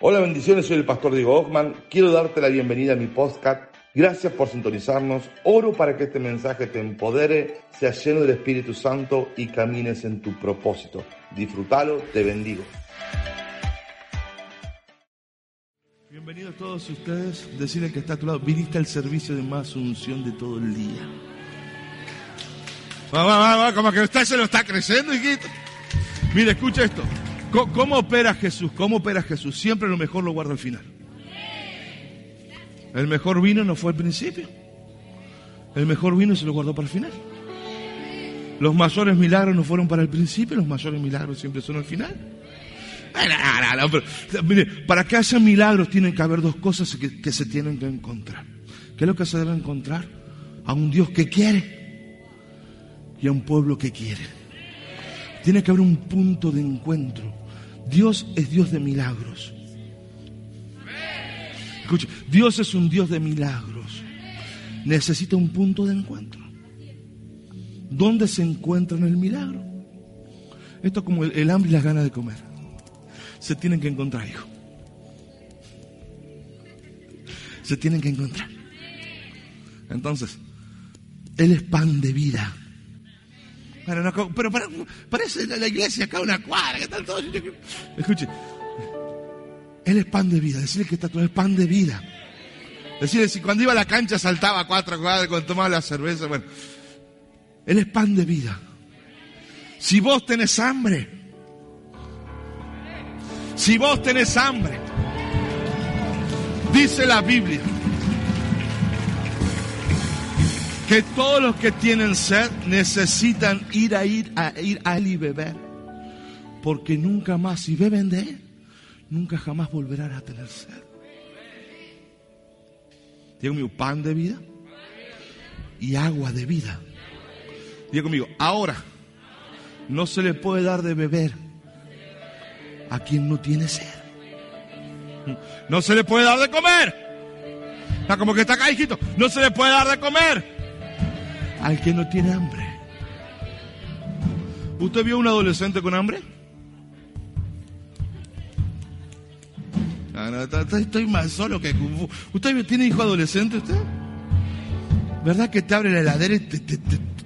Hola, bendiciones, soy el pastor Diego Hoffman. Quiero darte la bienvenida a mi podcast. Gracias por sintonizarnos. Oro para que este mensaje te empodere, sea lleno del Espíritu Santo y camines en tu propósito. Disfrútalo, te bendigo. Bienvenidos todos ustedes. Decirle que está a tu lado, viniste al servicio de más unción de todo el día. Va, como que usted se lo está creciendo, hijito. Mire, escucha esto. ¿Cómo opera Jesús? ¿Cómo opera Jesús? Siempre lo mejor lo guarda al final. El mejor vino no fue al principio. El mejor vino se lo guardó para el final. Los mayores milagros no fueron para el principio, los mayores milagros siempre son al final. No, pero, mire, para que haya milagros tienen que haber dos cosas que se tienen que encontrar. ¿Qué es lo que se debe encontrar? A un Dios que quiere y a un pueblo que quiere. Tiene que haber un punto de encuentro. Dios es Dios de milagros. Escuche, Dios es un Dios de milagros. Necesita un punto de encuentro. ¿Dónde se encuentra en el milagro? Esto es como el hambre y las ganas de comer. Se tienen que encontrar, hijo. Se tienen que encontrar. Entonces, Él es pan de vida. Pero parece la iglesia acá una cuadra, que están todos. Escuche, Él es pan de vida. Decirle que está todo es pan de vida. Decirle, si cuando iba a la cancha saltaba a 4 cuadras, cuando tomaba la cerveza, bueno. Él es pan de vida. Si vos tenés hambre, dice la Biblia que todos los que tienen sed necesitan ir a Él y beber. Porque nunca más, si beben de Él, nunca jamás volverán a tener sed. Diga conmigo, pan de vida y agua de vida. Diga conmigo, ahora no se le puede dar de beber a quien no tiene sed. No se le puede dar de comer. Está como que está acá, hijito. No se le puede dar de comer al que no tiene hambre. ¿Usted vio un adolescente con hambre? No, estoy más solo que Kung Fu. ¿Usted tiene hijo adolescente usted? ¿Verdad que te abre la heladera y te...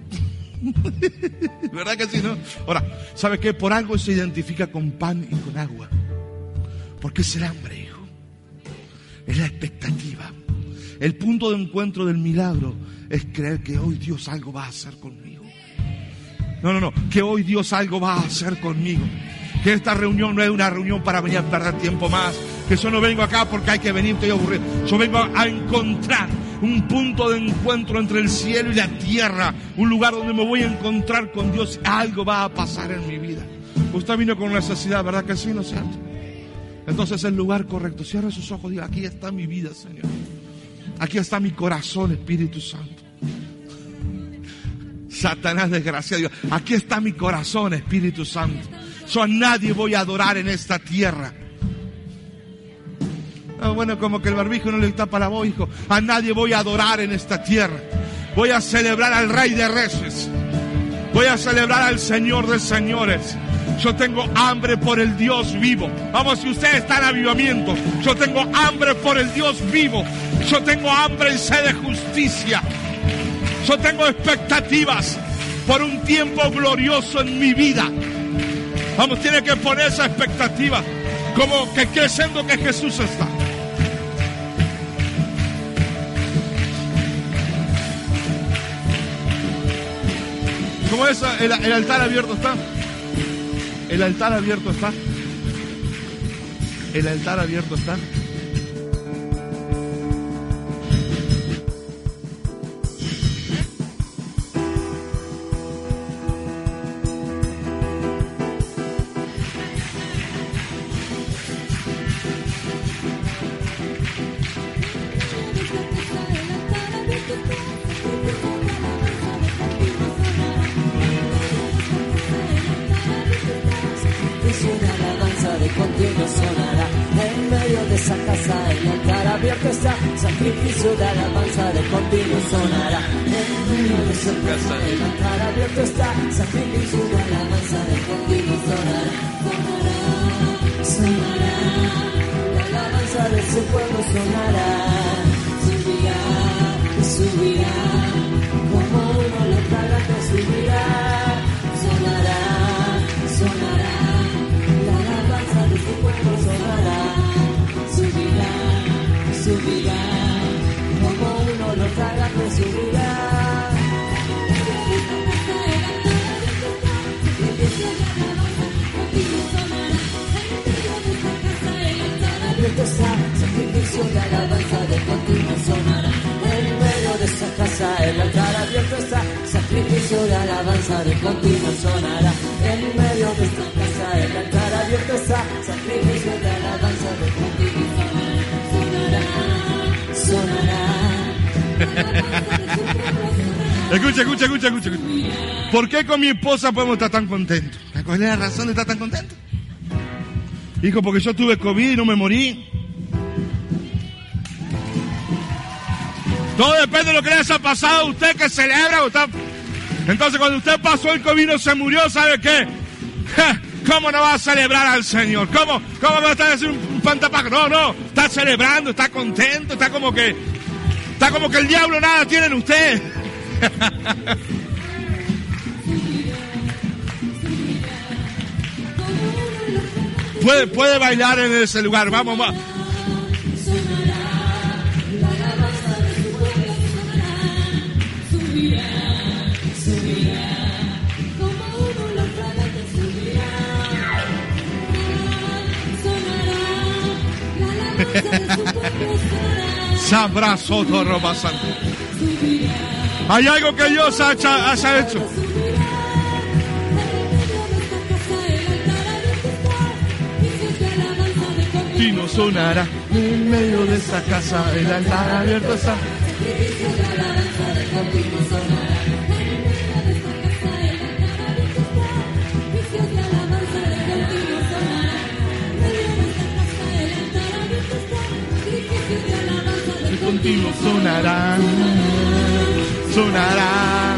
¿Verdad que sí, no? Ahora, ¿sabe qué? Por algo se identifica con pan y con agua. Porque es el hambre, hijo. Es la expectativa. El punto de encuentro del milagro es creer que hoy Dios algo va a hacer conmigo. No, que hoy Dios algo va a hacer conmigo. Que esta reunión no es una reunión para venir a perder tiempo más. Que yo no vengo acá porque hay que venir, estoy aburrido. Yo vengo a encontrar un punto de encuentro entre el cielo y la tierra. Un lugar donde me voy a encontrar con Dios. Algo va a pasar en mi vida. Usted vino con necesidad, ¿verdad que sí, no es cierto? Entonces es el lugar correcto. Cierra sus ojos y diga, aquí está mi vida, Señor. Aquí está mi corazón, Espíritu Santo. Satanás desgraciado. Aquí está mi corazón, Espíritu Santo. Yo a nadie voy a adorar en esta tierra. Bueno, como que el barbijo no le tapa la voz, hijo. A nadie voy a adorar en esta tierra. Voy a celebrar al Rey de Reyes. Voy a celebrar al Señor de Señores. Yo tengo hambre por el Dios vivo. Vamos, si usted está en avivamiento, yo tengo hambre por el Dios vivo. Yo tengo hambre y sed de justicia. Yo tengo expectativas por un tiempo glorioso en mi vida. Vamos, tiene que poner esa expectativa, como que creyendo que Jesús está. ¿Cómo es? El altar abierto está. El altar abierto está. El altar abierto está. Sacrificio de alabanza de continuo sonará. En medio de su casa el altar abierto está. Sacrificio de alabanza de continuo sonará. Sonará, sonará. su pueblo sonará. Subirá, subirá, como uno lo traga que subirá. Sonará, sonará, la alabanza de su pueblo sonará. Subirá, subirá, como uno lo traga que subirá. Sacrificio de alabanza de continuo sonará. En medio de esa casa el altar abierto está. Sacrificio de alabanza de continuo sonará. En medio de esta casa el altar abierto está. Sacrificio de alabanza de continuo sonará. Sonará. Escucha. ¿Por qué con mi esposa podemos estar tan contentos? ¿Cuál es la razón de estar tan contentos? Hijo, porque yo tuve COVID y no me morí. Todo depende de lo que le haya pasado a usted, que celebra. Entonces, cuando usted pasó el COVID y no se murió, ¿sabe qué? ¿Cómo no va a celebrar al Señor? ¿Cómo va a estar haciendo un pantapaco? No, está celebrando, está contento, está como que el diablo nada tiene en usted. Puede bailar en ese lugar, vamos. Sabrazo Roba Santo. Hay algo que Dios haya hecho. Y no sonará en medio de esa casa, el altar abierto está. El continuo sonará, sonará.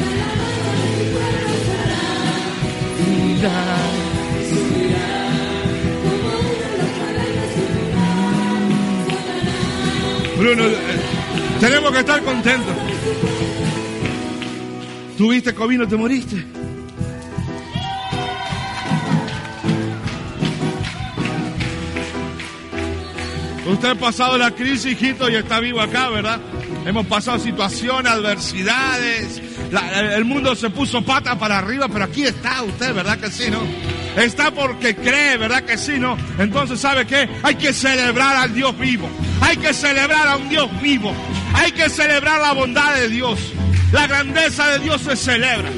Bruno, tenemos que estar contentos. ¿Tuviste COVID, no te moriste? Usted ha pasado la crisis, hijito, y está vivo acá, ¿verdad? Hemos pasado situaciones, adversidades. El mundo se puso pata para arriba, pero aquí está usted, ¿verdad que sí, no? Está porque cree, ¿verdad que sí, no? Entonces, ¿sabe qué? Hay que celebrar al Dios vivo. Hay que celebrar a un Dios vivo. Hay que celebrar la bondad de Dios. La grandeza de Dios se celebra.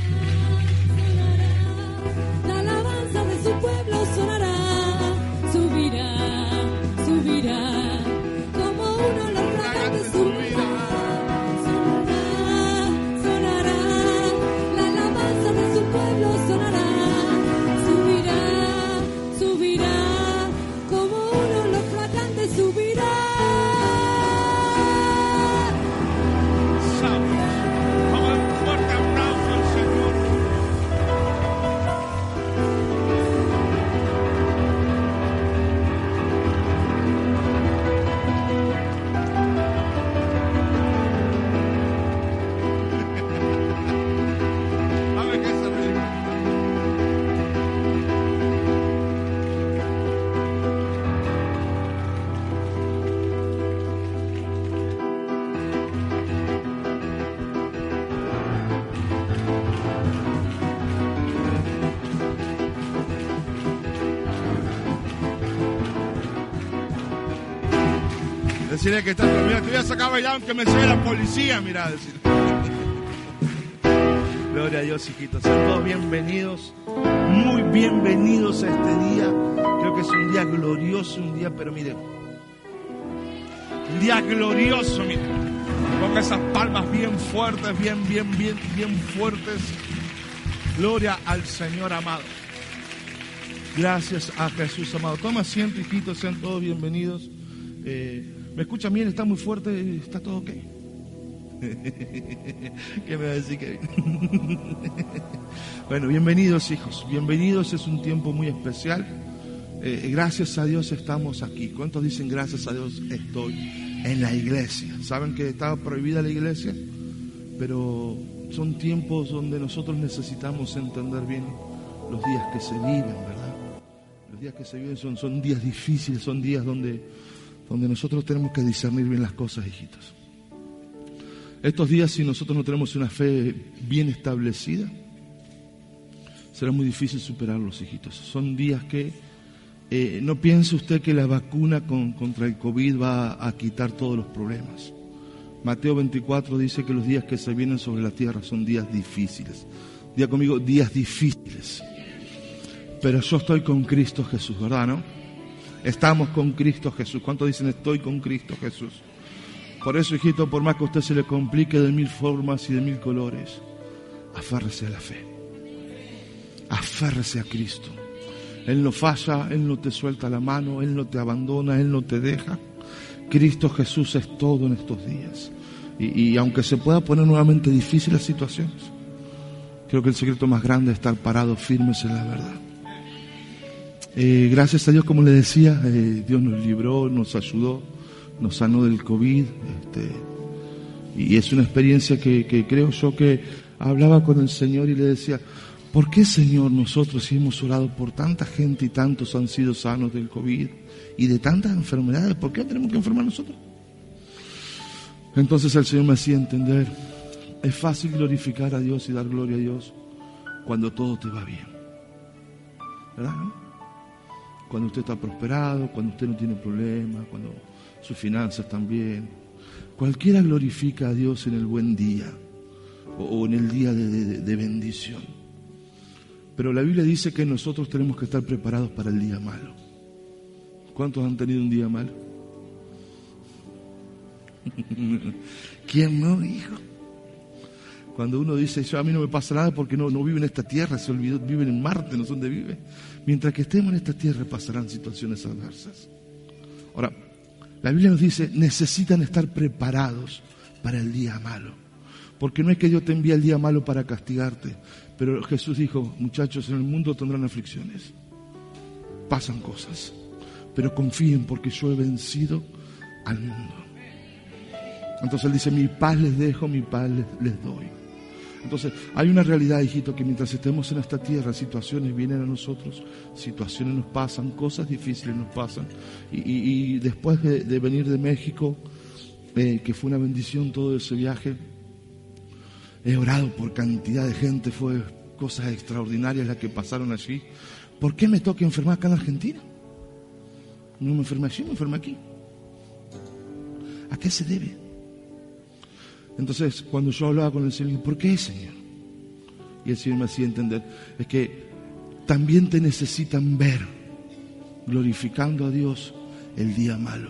La alabanza de su pueblo sonará. Subirá, subirá, como uno lo flagrantes subirá. Sonará, sonará, la alabanza de su pueblo sonará. Subirá, subirá, como uno lo flagrantes subirá. Decirle que está mira, te voy a sacar a bailar aunque me lleve la policía, mira, decirle. Gloria a Dios, hijitos. Sean todos bienvenidos, muy bienvenidos a este día. Creo que es un día glorioso, un día, pero miren, un día glorioso, miren. Ponga esas palmas bien fuertes, bien fuertes. Gloria al Señor amado. Gracias a Jesús amado. Toma asiento, hijitos, sean todos bienvenidos. ¿Me escuchan bien? ¿Está muy fuerte? ¿Está todo ok? ¿Qué me va a decir que? Bueno, bienvenidos hijos, bienvenidos, es un tiempo muy especial. Gracias a Dios estamos aquí. ¿Cuántos dicen gracias a Dios estoy en la iglesia? ¿Saben que estaba prohibida la iglesia? Pero son tiempos donde nosotros necesitamos entender bien los días que se viven, ¿verdad? Los días que se viven son días difíciles, son días donde nosotros tenemos que discernir bien las cosas, hijitos. Estos días, si nosotros no tenemos una fe bien establecida, será muy difícil superarlos, hijitos. Son días que no piense usted que la vacuna contra el COVID va a quitar todos los problemas. Mateo 24 dice que los días que se vienen sobre la tierra son días difíciles. Diga conmigo, días difíciles. Pero yo estoy con Cristo Jesús, ¿verdad, no? Estamos con Cristo Jesús. ¿Cuántos dicen estoy con Cristo Jesús? Por eso, hijito, por más que a usted se le complique de mil formas y de mil colores, aférrese a la fe. Aférrese a Cristo. Él no falla, Él no te suelta la mano, Él no te abandona, Él no te deja. Cristo Jesús es todo en estos días. Y aunque se pueda poner nuevamente difícil las situaciones, creo que el secreto más grande es estar parados firmes en la verdad. Gracias a Dios, como le decía, Dios nos libró, nos ayudó, nos sanó del COVID. Y es una experiencia que creo yo que hablaba con el Señor y le decía, ¿por qué, Señor, nosotros si hemos orado por tanta gente y tantos han sido sanos del COVID y de tantas enfermedades, ¿por qué tenemos que enfermar nosotros? Entonces el Señor me hacía entender, es fácil glorificar a Dios y dar gloria a Dios cuando todo te va bien, ¿verdad? ¿No? Cuando usted está prosperado, cuando usted no tiene problemas, cuando sus finanzas están bien. Cualquiera glorifica a Dios en el buen día o en el día de bendición. Pero la Biblia dice que nosotros tenemos que estar preparados para el día malo. ¿Cuántos han tenido un día malo? ¿Quién no, hijo? Cuando uno dice, yo a mí no me pasa nada porque no vivo en esta tierra, se olvidó, viven en Marte, no sé dónde vive. Mientras que estemos en esta tierra pasarán situaciones adversas. Ahora, la Biblia nos dice, necesitan estar preparados para el día malo. Porque no es que Dios te envíe el día malo para castigarte, pero Jesús dijo, muchachos, en el mundo tendrán aflicciones, pasan cosas, pero confíen porque yo he vencido al mundo. Entonces Él dice, mi paz les dejo, mi paz les doy. Entonces hay una realidad, hijito, que mientras estemos en esta tierra, situaciones vienen a nosotros, situaciones nos pasan, cosas difíciles nos pasan. Y después de venir de México, que fue una bendición todo ese viaje, he orado por cantidad de gente, fue cosas extraordinarias las que pasaron allí. ¿Por qué me toca enfermar acá en Argentina? No me enfermé allí, me enfermé aquí. ¿A qué se debe? Entonces, cuando yo hablaba con el Señor, ¿por qué, Señor? Y el Señor me hacía entender, es que también te necesitan ver glorificando a Dios el día malo.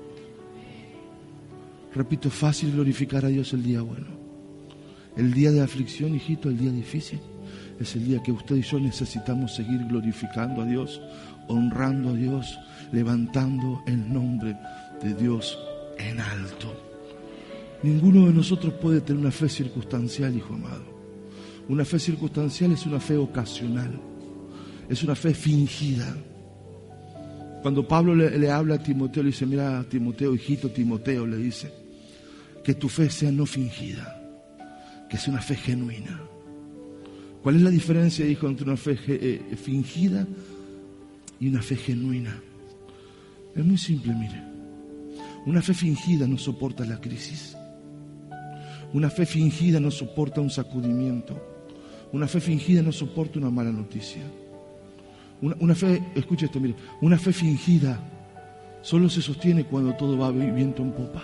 Repito, es fácil glorificar a Dios el día bueno. El día de aflicción, hijito, el día difícil, es el día que usted y yo necesitamos seguir glorificando a Dios, honrando a Dios, levantando el nombre de Dios en alto. Ninguno de nosotros puede tener una fe circunstancial, hijo amado. Una fe circunstancial es una fe ocasional, es una fe fingida. Cuando Pablo le habla a Timoteo, le dice, mira, Timoteo, hijito Timoteo, le dice, que tu fe sea no fingida, que sea una fe genuina. ¿Cuál es la diferencia, hijo, entre una fe fingida y una fe genuina? Es muy simple, mire. Una fe fingida no soporta la crisis. Una fe fingida no soporta un sacudimiento. Una fe fingida no soporta una mala noticia. Una fe, escuche esto, mire, una fe fingida solo se sostiene cuando todo va viento en popa.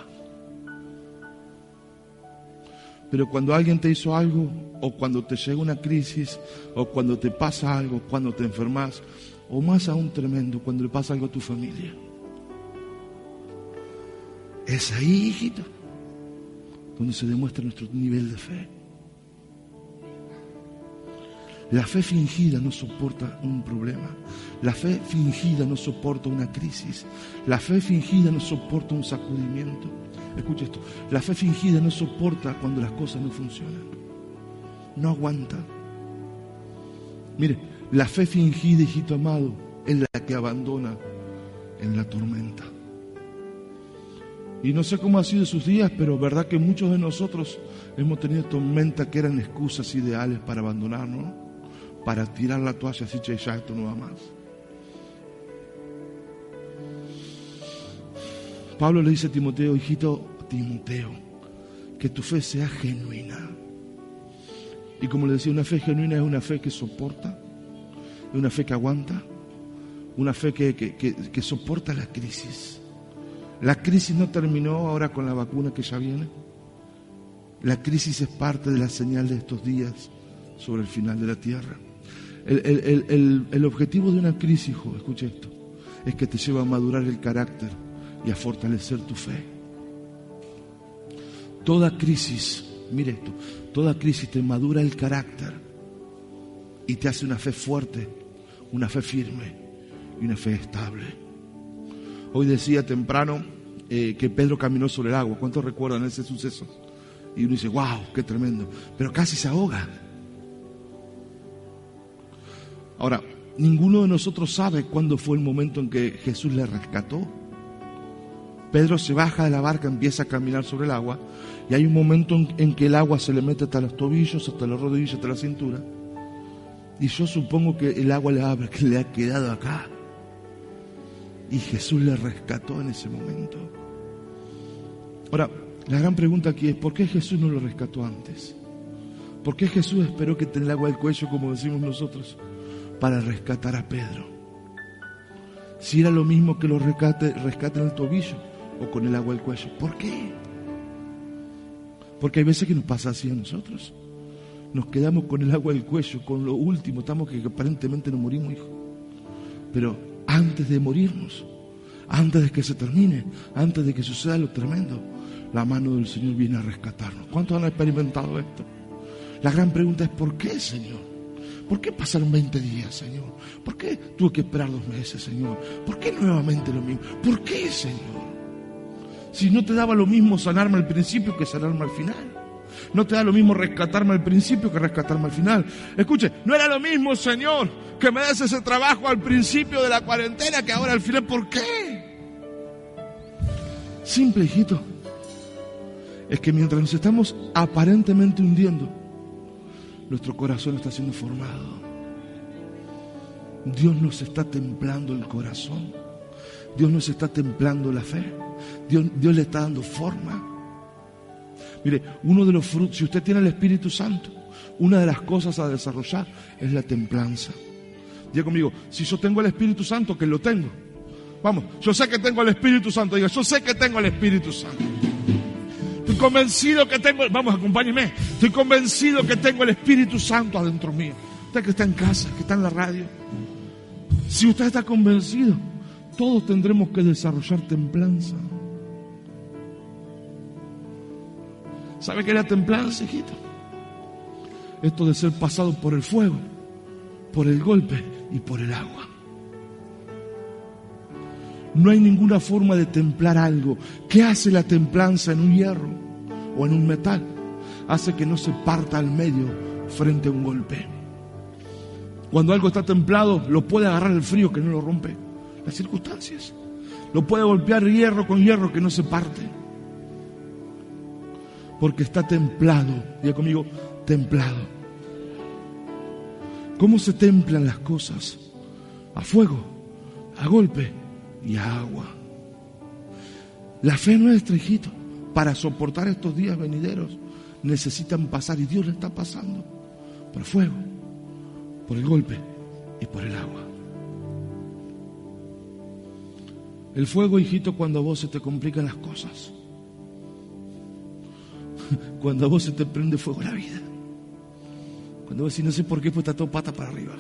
Pero cuando alguien te hizo algo, o cuando te llega una crisis, o cuando te pasa algo, cuando te enfermas, o más aún tremendo, cuando le pasa algo a tu familia, es ahí, hijito, donde se demuestra nuestro nivel de fe. La fe fingida no soporta un problema. La fe fingida no soporta una crisis. La fe fingida no soporta un sacudimiento. Escucha esto. La fe fingida no soporta cuando las cosas no funcionan. No aguanta. Mire, la fe fingida, hijito amado, es la que abandona en la tormenta. Y no sé cómo ha sido sus días, pero verdad que muchos de nosotros hemos tenido tormentas que eran excusas ideales para abandonarnos, ¿no? Para tirar la toalla así, che, ya esto no va más. Pablo le dice a Timoteo, hijito Timoteo, que tu fe sea genuina. Y como le decía, una fe genuina es una fe que soporta, es una fe que aguanta, una fe que soporta la crisis. La crisis no terminó ahora con la vacuna que ya viene. La crisis es parte de la señal de estos días sobre el final de la tierra. El objetivo de una crisis, hijo, escucha esto, es que te lleva a madurar el carácter y a fortalecer tu fe. Toda crisis, mire esto, toda crisis te madura el carácter y te hace una fe fuerte, una fe firme y una fe estable. Hoy decía temprano que Pedro caminó sobre el agua. ¿Cuántos recuerdan ese suceso? Y uno dice, wow, qué tremendo, pero casi se ahoga. Ahora, ninguno de nosotros sabe cuándo fue el momento en que Jesús le rescató. Pedro se baja de la barca, empieza a caminar sobre el agua, y hay un momento en que el agua se le mete hasta los tobillos, hasta los rodillos, hasta la cintura. Y yo supongo que el agua le ha quedado acá. Y Jesús le rescató en ese momento. Ahora, la gran pregunta aquí es, ¿por qué Jesús no lo rescató antes? ¿Por qué Jesús esperó que tenga el agua al cuello, como decimos nosotros, para rescatar a Pedro? Si era lo mismo que lo rescate en el tobillo o con el agua al cuello. ¿Por qué? Porque hay veces que nos pasa así a nosotros. Nos quedamos con el agua al cuello, con lo último, estamos que aparentemente nos morimos, hijo. Pero antes de morirnos, antes de que se termine, antes de que suceda lo tremendo, la mano del Señor viene a rescatarnos. ¿Cuántos han experimentado esto? La gran pregunta es, ¿por qué, Señor? ¿Por qué pasaron 20 días, Señor? ¿Por qué tuve que esperar 2 meses, Señor? ¿Por qué nuevamente lo mismo? ¿Por qué, Señor? Si no te daba lo mismo sanarme al principio que sanarme al final. No te da lo mismo rescatarme al principio que rescatarme al final. Escuche, no era lo mismo, Señor, que me des ese trabajo al principio de la cuarentena que ahora al final. ¿Por qué? Simple, hijito. Es que mientras nos estamos aparentemente hundiendo, nuestro corazón está siendo formado. Dios nos está templando el corazón. Dios nos está templando la fe. Dios le está dando forma. Mire, uno de los frutos, si usted tiene el Espíritu Santo, una de las cosas a desarrollar es la templanza. Diga conmigo, si yo tengo el Espíritu Santo, que lo tengo. Vamos, yo sé que tengo el Espíritu Santo. Diga, yo sé que tengo el Espíritu Santo. Estoy convencido que tengo, vamos, acompáñeme. Estoy convencido que tengo el Espíritu Santo adentro mío. Usted que está en casa, que está en la radio. Si usted está convencido, todos tendremos que desarrollar templanza. ¿Sabe qué es la templanza, hijito? Esto de ser pasado por el fuego, por el golpe y por el agua. No hay ninguna forma de templar algo. ¿Qué hace la templanza en un hierro o en un metal? Hace que no se parta al medio frente a un golpe. Cuando algo está templado, lo puede agarrar el frío que no lo rompe. Las circunstancias. Lo puede golpear hierro con hierro que no se parte. Porque está templado. Diga conmigo, templado. ¿Cómo se templan las cosas? A fuego, a golpe y a agua. La fe nuestra, hijito, para soportar estos días venideros, necesitan pasar, y Dios le está pasando, por el fuego, por el golpe y por el agua. El fuego, hijito, cuando a vos se te complican las cosas. Cuando a vos se te prende fuego la vida. Cuando vos decís, no sé por qué, pues está todo pata para arriba.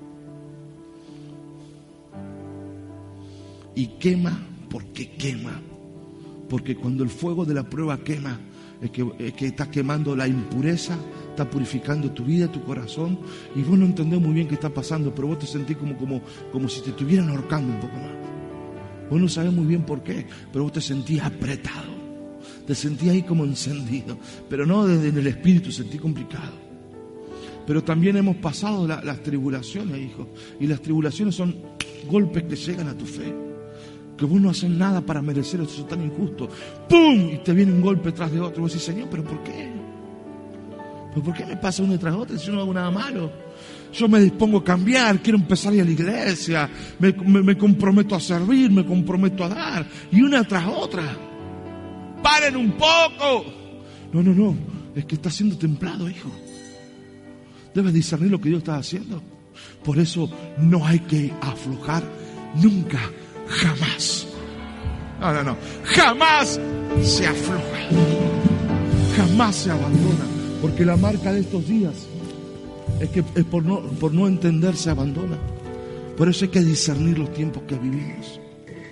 Y quema, porque quema. Porque cuando el fuego de la prueba quema, es que está quemando la impureza, está purificando tu vida, tu corazón. Y vos no entendés muy bien qué está pasando, pero vos te sentís como si te estuvieran ahorcando un poco más. Vos no sabés muy bien por qué, pero vos te sentís apretado. Te sentí ahí como encendido, pero no desde el espíritu, sentí complicado. Pero también hemos pasado las tribulaciones, hijo, y las tribulaciones son golpes que llegan a tu fe, que vos no haces nada para merecer eso tan injusto. ¡Pum! Y te viene un golpe tras de otro. Y vos decís, Señor, ¿pero por qué? ¿Pero por qué me pasa uno tras otro si yo no hago nada malo? Yo me dispongo a cambiar, quiero empezar a ir a la iglesia, me comprometo a servir, me comprometo a dar. Y una tras otra. ¡Paren un poco! No, es que está siendo templado, hijo. Debes discernir lo que Dios está haciendo. Por eso no hay que aflojar nunca, jamás. No. Jamás se afloja. Jamás se abandona. Porque la marca de estos días es que es por no entender se abandona. Por eso hay que discernir los tiempos que vivimos.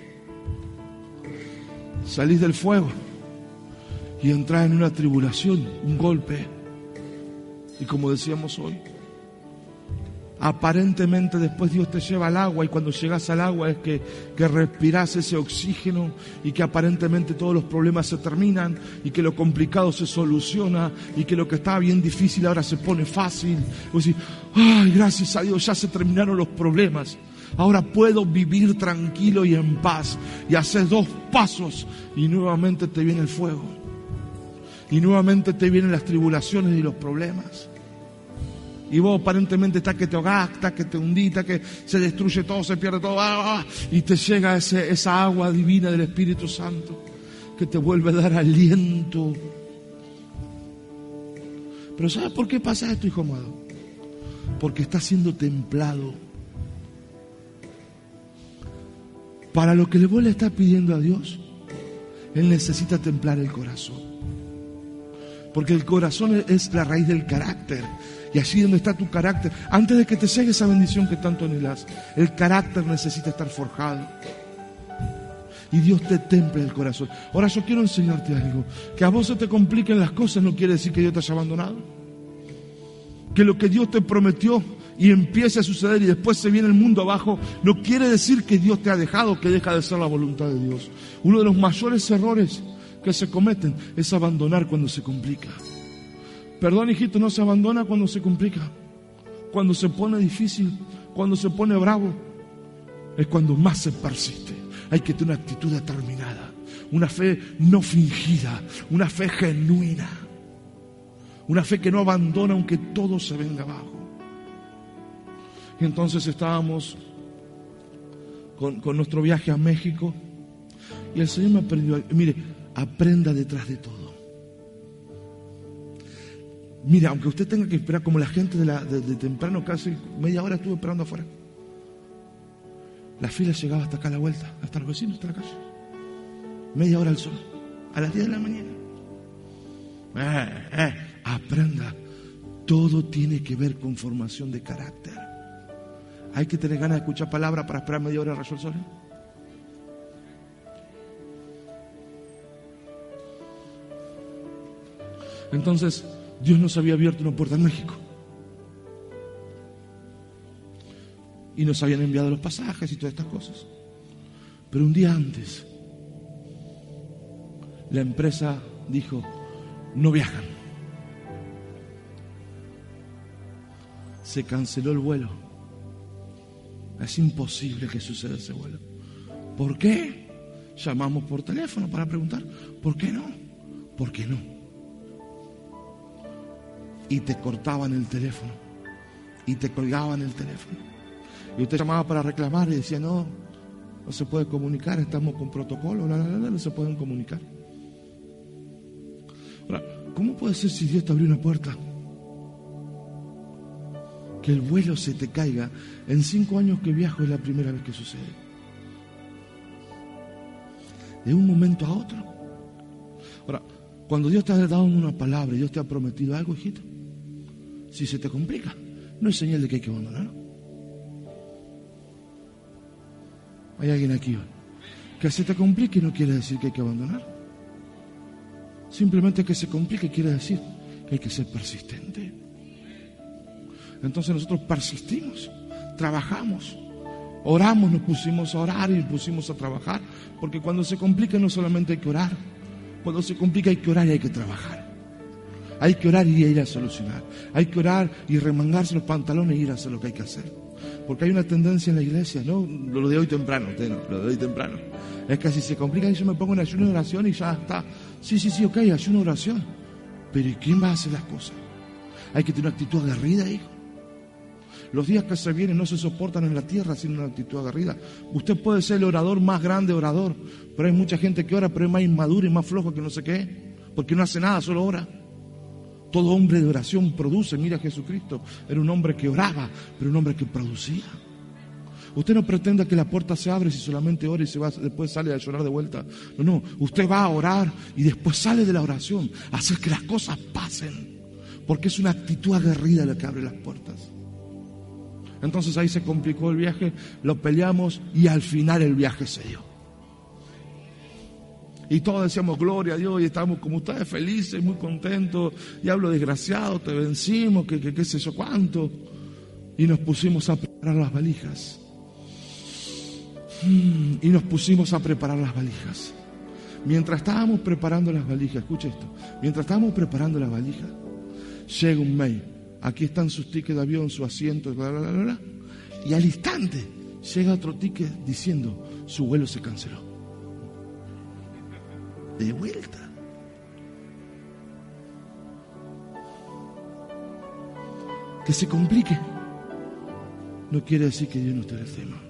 Salís del fuego y entrás en una tribulación, un golpe. Y como decíamos hoy, aparentemente después Dios te lleva al agua, y cuando llegas al agua es que respirás ese oxígeno, y que aparentemente todos los problemas se terminan, y que lo complicado se soluciona, y que lo que estaba bien difícil ahora se pone fácil. Vos decís, ay, gracias a Dios, ya se terminaron los problemas. Ahora puedo vivir tranquilo y en paz. Y haces 2 pasos y nuevamente te viene el fuego. Y nuevamente te vienen las tribulaciones y los problemas. Y vos aparentemente está que te ahogás, está que te hundís, está que se destruye todo, se pierde todo. Y te llega esa agua divina del Espíritu Santo que te vuelve a dar aliento. Pero ¿sabes por qué pasa esto, hijo amado? Porque está siendo templado. Para lo que vos le estás pidiendo a Dios, Él necesita templar el corazón. Porque el corazón es la raíz del carácter. Y allí donde está tu carácter, antes de que te llegue esa bendición que tanto anhelas, el carácter necesita estar forjado. Y Dios te templa el corazón. Ahora yo quiero enseñarte algo. Que a vos se te compliquen las cosas no quiere decir que Dios te haya abandonado. Que lo que Dios te prometió y empiece a suceder y después se viene el mundo abajo, no quiere decir que Dios te ha dejado, que deja de ser la voluntad de Dios. Uno de los mayores errores que se cometen es abandonar cuando se complica. Perdón, hijito, no se abandona cuando se complica. Cuando se pone difícil, cuando se pone bravo, es cuando más se persiste. Hay que tener una actitud determinada, una fe no fingida, una fe genuina, una fe que no abandona aunque todo se venga abajo. Y entonces estábamos con nuestro viaje a México y el Señor me aprendió, mire, aprenda detrás de todo. Mira, aunque usted tenga que esperar como la gente de temprano, casi media hora estuve esperando afuera. La fila llegaba hasta acá a la vuelta, hasta los vecinos, hasta la calle. Media hora al sol, a las 10 de la mañana. Aprenda, todo tiene que ver con formación de carácter. Hay que tener ganas de escuchar palabra para esperar media hora al rayo del sol. Entonces, Dios nos había abierto una puerta en México. Y nos habían enviado los pasajes y todas estas cosas. Pero un día antes, la empresa dijo, no viajan. Se canceló el vuelo. Es imposible que suceda ese vuelo. ¿Por qué? Llamamos por teléfono para preguntar, ¿por qué no? ¿Por qué no? Y te cortaban el teléfono y te colgaban el teléfono y usted llamaba para reclamar y decía no se puede comunicar, estamos con protocolo, no se pueden comunicar. Ahora, ¿cómo puede ser si Dios te abrió una puerta que el vuelo se te caiga? En 5 años que viajo es la primera vez que sucede, de un momento a otro. Ahora, cuando Dios te ha dado una palabra y Dios te ha prometido algo, hijito, si se te complica, no es señal de que hay que abandonar. Hay alguien aquí hoy que se te complique no quiere decir que hay que abandonar. Simplemente que se complique quiere decir que hay que ser persistente. Entonces nosotros persistimos, trabajamos, oramos, nos pusimos a orar y nos pusimos a trabajar, porque cuando se complica no solamente hay que orar, cuando se complica hay que orar y hay que trabajar. Hay que orar y ir a solucionar. Hay que orar y remangarse los pantalones y ir a hacer lo que hay que hacer. Porque hay una tendencia en la iglesia, ¿no? Lo de hoy temprano, lo de hoy temprano. Es que si se complica y yo me pongo en ayuno de oración y ya está. Sí, ok, ayuno de oración. Pero ¿y quién va a hacer las cosas? Hay que tener una actitud aguerrida, hijo. Los días que se vienen no se soportan en la tierra sin una actitud aguerrida. Usted puede ser el orador más grande orador, pero hay mucha gente que ora, pero es más inmaduro y más flojo que no sé qué, porque no hace nada, solo ora. Todo hombre de oración produce. Mira, Jesucristo era un hombre que oraba, pero un hombre que producía. Usted no pretenda que la puerta se abre si solamente ora y se va, después sale a llorar de vuelta. No, usted va a orar y después sale de la oración a hacer que las cosas pasen, porque es una actitud aguerrida la que abre las puertas. Entonces ahí se complicó el viaje, lo peleamos y al final el viaje se dio. Y todos decíamos gloria a Dios y estábamos como ustedes felices, muy contentos. Diablo desgraciado, te vencimos, que qué sé yo cuánto. Y nos pusimos a preparar las valijas. Mientras estábamos preparando las valijas, escucha esto. Mientras estábamos preparando las valijas, llega un mail. Aquí están sus tickets de avión, su asiento, bla, bla, bla, bla. Y al instante llega otro ticket diciendo, su vuelo se canceló. De vuelta. Que se complique no quiere decir que Dios no esté en el tema.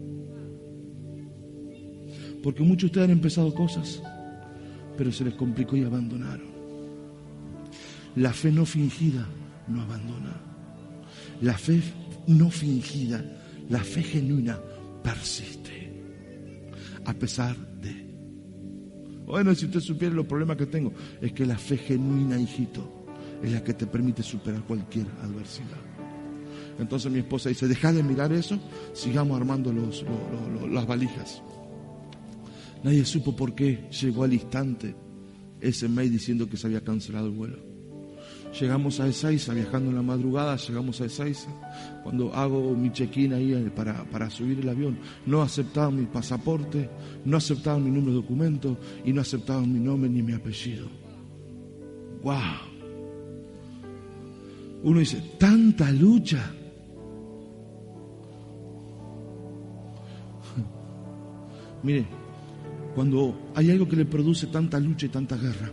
Porque muchos de ustedes han empezado cosas, pero se les complicó y abandonaron. La fe no fingida no abandona. La fe no fingida, la fe genuina persiste a pesar de. Bueno, si usted supiera los problemas que tengo, es que la fe genuina, hijito, es la que te permite superar cualquier adversidad. Entonces mi esposa dice, deja de mirar eso, sigamos armando las valijas. Nadie supo por qué llegó al instante ese mail diciendo que se había cancelado el vuelo. Llegamos a Ezeiza, viajando en la madrugada, llegamos a Ezeiza. Cuando hago mi check-in ahí para subir el avión, no aceptaban mi pasaporte, no aceptaban mi número de documento y no aceptaban mi nombre ni mi apellido. ¡Wow! Uno dice, tanta lucha. Mire, cuando hay algo que le produce tanta lucha y tanta guerra,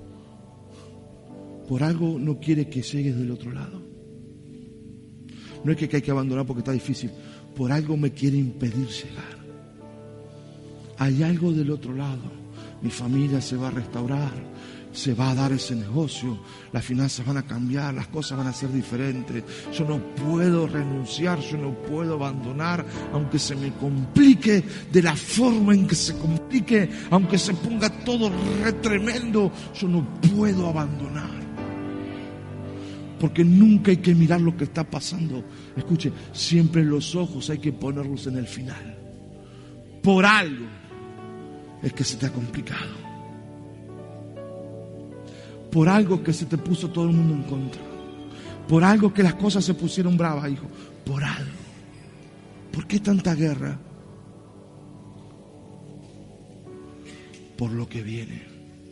por algo no quiere que llegues del otro lado. No es que hay que abandonar porque está difícil. Por algo me quiere impedir llegar. Hay algo del otro lado. Mi familia se va a restaurar. Se va a dar ese negocio. Las finanzas van a cambiar. Las cosas van a ser diferentes. Yo no puedo renunciar. Yo no puedo abandonar. Aunque se me complique de la forma en que se complique. Aunque se ponga todo re tremendo. Yo no puedo abandonar. Porque nunca hay que mirar lo que está pasando. Escuche, siempre los ojos hay que ponerlos en el final. Por algo es que se te ha complicado. Por algo que se te puso todo el mundo en contra. Por algo que las cosas se pusieron bravas, hijo. Por algo. ¿Por qué tanta guerra? Por lo que viene.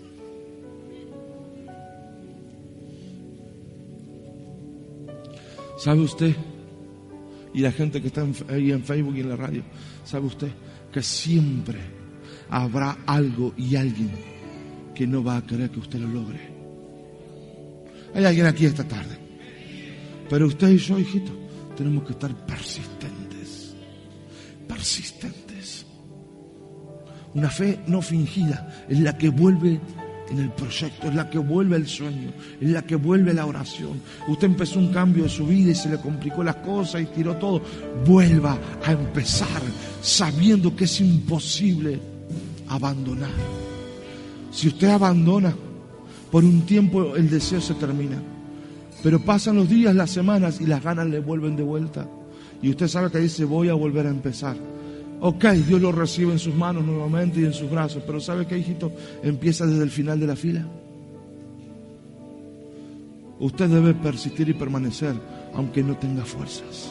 ¿Sabe usted? Y la gente que está ahí en Facebook y en la radio, ¿sabe usted? Que siempre habrá algo y alguien que no va a querer que usted lo logre. Hay alguien aquí esta tarde. Pero usted y yo, hijito, tenemos que estar persistentes. Persistentes. Una fe no fingida es la que vuelve en el proyecto, es la que vuelve el sueño, es la que vuelve la oración. Usted empezó un cambio de su vida y se le complicó las cosas y tiró todo. Vuelva a empezar sabiendo que es imposible abandonar. Si usted abandona, por un tiempo el deseo se termina, pero pasan los días, las semanas y las ganas le vuelven de vuelta. Y usted sabe que dice, voy a volver a empezar. Ok, Dios lo recibe en sus manos nuevamente y en sus brazos, pero ¿sabe qué, hijito? Empieza desde el final de la fila. Usted debe persistir y permanecer, aunque no tenga fuerzas.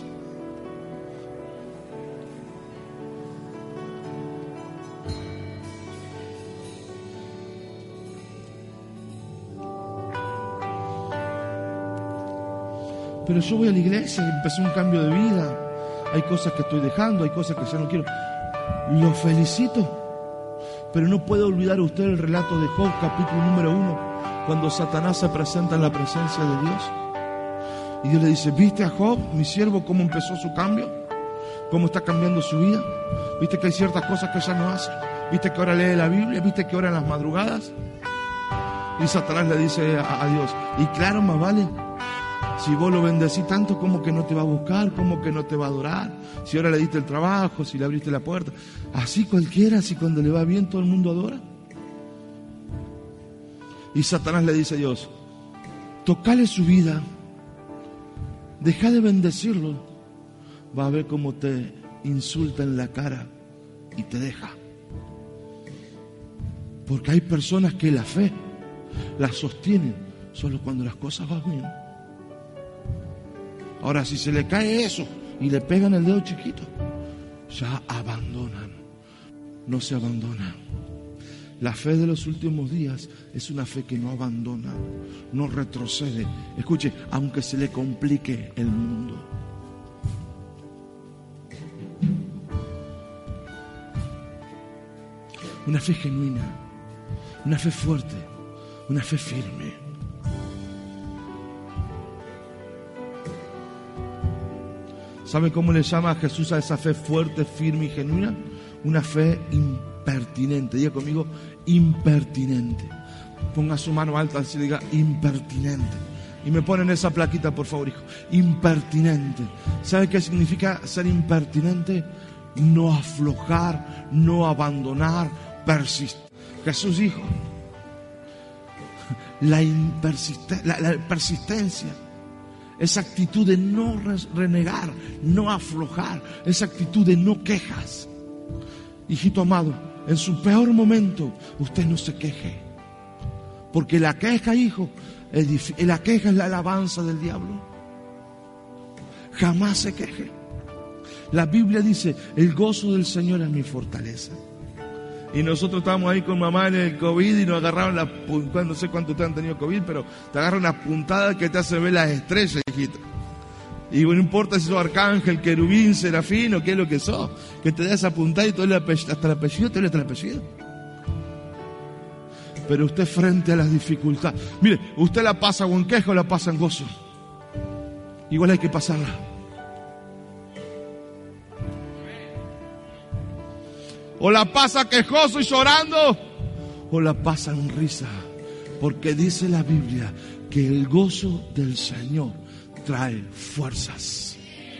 Pero yo voy a la iglesia y empecé un cambio de vida. hay cosas que estoy dejando, hay cosas que ya no quiero. Lo felicito. Pero no puede olvidar usted el relato de Job, capítulo número 1, cuando Satanás se presenta en la presencia de Dios. Y Dios le dice, ¿viste a Job, mi siervo, cómo empezó su cambio? ¿Cómo está cambiando su vida? ¿Viste que hay ciertas cosas que ya no hace? ¿Viste que ahora lee la Biblia? ¿Viste que ora en las madrugadas? Y Satanás le dice a Dios, y claro, más vale, si vos lo bendecís tanto, ¿cómo que no te va a buscar? ¿Cómo que no te va a adorar? Si ahora le diste el trabajo, si le abriste la puerta. Así cualquiera, si cuando le va bien todo el mundo adora. Y Satanás le dice a Dios, tocale su vida, deja de bendecirlo, va a ver cómo te insulta en la cara y te deja. Porque hay personas que la fe la sostienen solo cuando las cosas van bien. Ahora, si se le cae eso y le pegan el dedo chiquito, ya abandonan. No se abandona. La fe de los últimos días es una fe que no abandona, no retrocede. Escuche, aunque se le complique el mundo. Una fe genuina, una fe fuerte, una fe firme. ¿Sabe cómo le llama a Jesús a esa fe fuerte, firme y genuina? Una fe impertinente. Diga conmigo, impertinente. Ponga su mano alta y diga, impertinente. Y me ponen esa plaquita, por favor, hijo. Impertinente. ¿Sabe qué significa ser impertinente? No aflojar, no abandonar, persistir. Jesús dijo, la persistencia, esa actitud de no renegar, no aflojar, esa actitud de no quejas. Hijito amado, en su peor momento, usted no se queje. Porque la queja, hijo, la queja es la alabanza del diablo. Jamás se queje. La Biblia dice, el gozo del Señor es mi fortaleza. Y nosotros estábamos ahí con mamá en el COVID y nos agarraron no sé cuánto ustedes han tenido COVID, pero te agarran una puntada que te hace ver las estrellas, hijita. Y no importa si sos arcángel, querubín, serafín o qué es lo que sos, que te da esa puntada y te duele hasta el apellido, te duele hasta el apellido. Pero usted frente a las dificultades, mire, usted la pasa o en queja o la pasa en gozo. Igual hay que pasarla. O la pasa quejoso y llorando, o la pasa en risa. Porque dice la Biblia que el gozo del Señor trae fuerzas.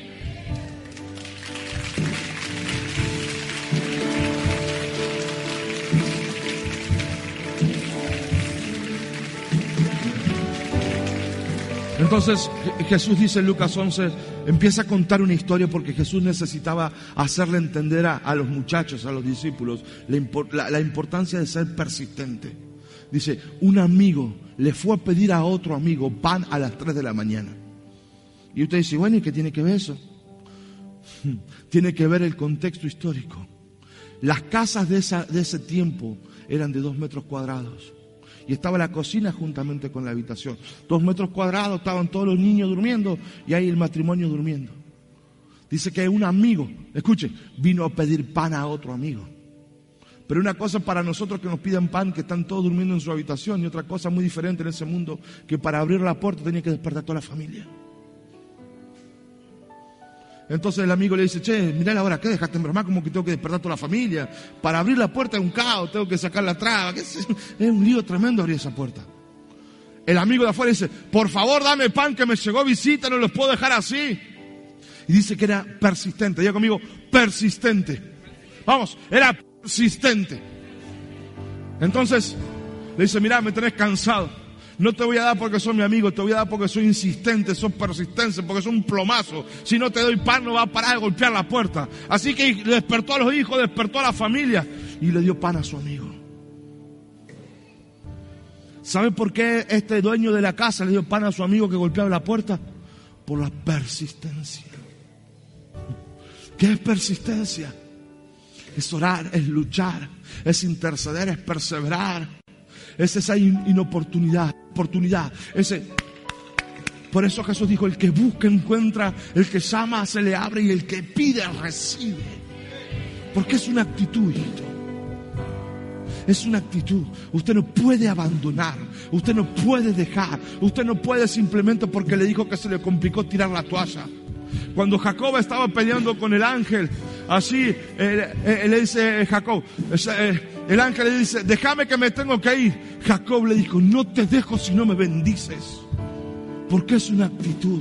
Entonces Jesús dice en Lucas 11, empieza a contar una historia porque Jesús necesitaba hacerle entender a los muchachos, a los discípulos, la importancia de ser persistente. Dice, un amigo le fue a pedir a otro amigo pan a las 3 de la mañana. Y usted dice, bueno, ¿y qué tiene que ver eso? Tiene que ver el contexto histórico. Las casas de ese tiempo eran de 2 metros cuadrados. Y estaba la cocina juntamente con la habitación. 2 metros cuadrados, estaban todos los niños durmiendo y ahí el matrimonio durmiendo. Dice que un amigo, escuche, vino a pedir pan a otro amigo. Pero una cosa para nosotros que nos piden pan, que están todos durmiendo en su habitación, y otra cosa muy diferente en ese mundo, que para abrir la puerta tenía que despertar toda la familia. Entonces el amigo le dice, che, mirá la hora, ¿qué dejaste en broma? Como que tengo que despertar toda la familia. Para abrir la puerta es un caos, tengo que sacar la traba. Es un lío tremendo abrir esa puerta. El amigo de afuera dice, por favor dame pan que me llegó visita, no los puedo dejar así. Y dice que era persistente, diga conmigo, persistente. Vamos, era persistente. Entonces le dice, mirá, me tenés cansado. No te voy a dar porque soy mi amigo, te voy a dar porque soy insistente, soy persistente, porque soy un plomazo. Si no te doy pan no va a parar de golpear la puerta. Así que despertó a los hijos, despertó a la familia y le dio pan a su amigo. ¿Sabe por qué este dueño de la casa le dio pan a su amigo que golpeaba la puerta? Por la persistencia. ¿Qué es persistencia? Es orar, es luchar, es interceder, es perseverar. Es esa inoportunidad, ese Por eso Jesús dijo, el que busca encuentra, el que llama se le abre y el que pide recibe. Porque es una actitud, hijito. Es una actitud. Usted no puede abandonar. Usted no puede dejar. Usted no puede simplemente porque le dijo que se le complicó tirar la toalla. Cuando Jacob estaba peleando con el ángel, así le dice Jacob, el ángel le dice, déjame que me tengo que ir. Jacob le dijo, no te dejo si no me bendices. Porque es una actitud.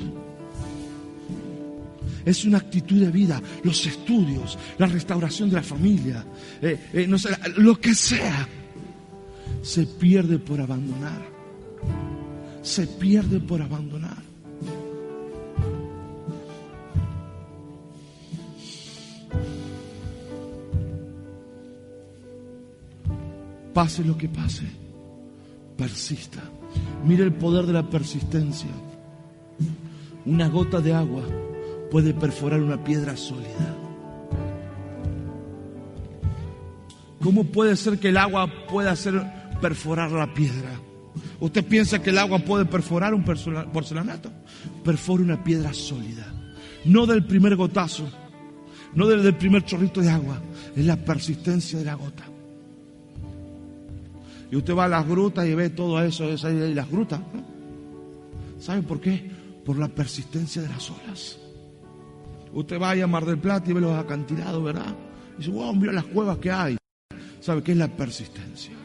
Es una actitud de vida. Los estudios, la restauración de la familia, no sé, lo que sea, se pierde por abandonar. Se pierde por abandonar. Pase lo que pase, persista. Mire el poder de la persistencia. Una gota de agua puede perforar una piedra sólida. ¿Cómo puede ser que el agua pueda hacer perforar la piedra? ¿Usted piensa que el agua puede perforar un porcelanato? Perfora una piedra sólida. No del primer gotazo, no del primer chorrito de agua. Es la persistencia de la gota. Y usted va a las grutas y ve todo eso, y las grutas, ¿no? ¿Sabe por qué? Por la persistencia de las olas. Usted va a Mar del Plata y ve los acantilados, ¿verdad? Y dice, wow, mira las cuevas que hay. ¿Sabe qué es la persistencia?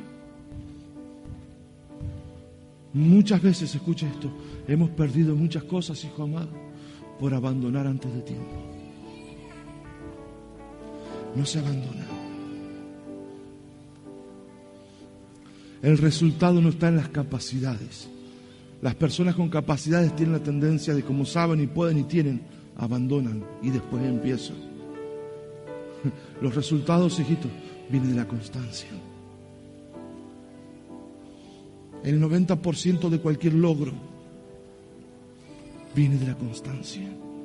Muchas veces, escuche esto, hemos perdido muchas cosas, hijo amado, por abandonar antes de tiempo. No se abandona. El resultado no está en las capacidades. Las personas con capacidades tienen la tendencia de, como saben y pueden y tienen, abandonan y después empiezan. Los resultados, hijitos, vienen de la constancia. El 90% de cualquier logro viene de la constancia.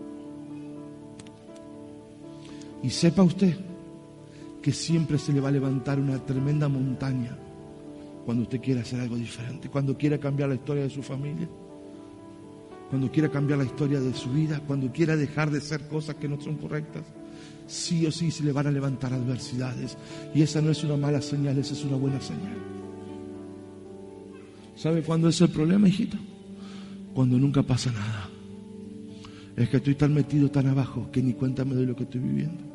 Y sepa usted que siempre se le va a levantar una tremenda montaña cuando usted quiera hacer algo diferente, cuando quiera cambiar la historia de su familia, cuando quiera cambiar la historia de su vida, cuando quiera dejar de hacer cosas que no son correctas, sí o sí se le van a levantar adversidades. Y esa no es una mala señal, esa es una buena señal. ¿Sabe cuándo es el problema, hijito? Cuando nunca pasa nada. Es que estoy tan metido, tan abajo, que ni cuenta me doy lo que estoy viviendo.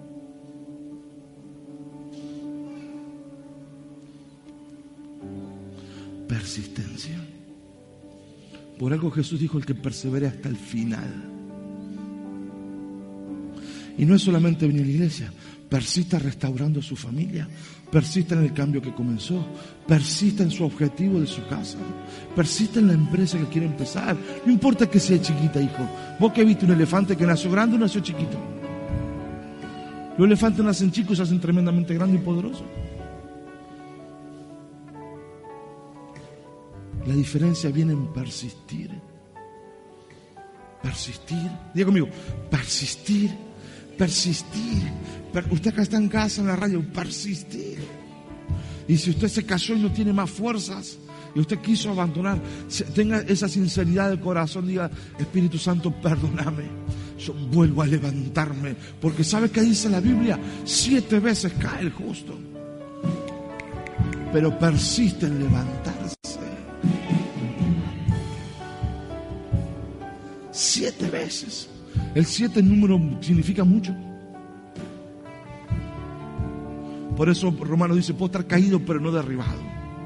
Persistencia. Por algo Jesús dijo, el que persevere hasta el final. Y no es solamente venir a la iglesia, persista restaurando su familia, persista en el cambio que comenzó, persista en su objetivo de su casa, persista en la empresa que quiere empezar. No importa que sea chiquita, hijo. Vos que viste un elefante que nació grande o nació chiquito. Los elefantes nacen chicos y se hacen tremendamente grandes y poderosos. La diferencia viene en persistir. Persistir. Diga conmigo, persistir. Persistir. Usted acá está en casa, en la radio, persistir. Y si usted se cayó y no tiene más fuerzas, y usted quiso abandonar, tenga esa sinceridad de corazón, diga, Espíritu Santo, perdóname. Yo vuelvo a levantarme. Porque ¿sabe qué dice la Biblia? 7 veces cae el justo, pero persiste en levantarse. 7 veces. El 7 número significa mucho. Por eso Romano dice, puedo estar caído pero no derribado.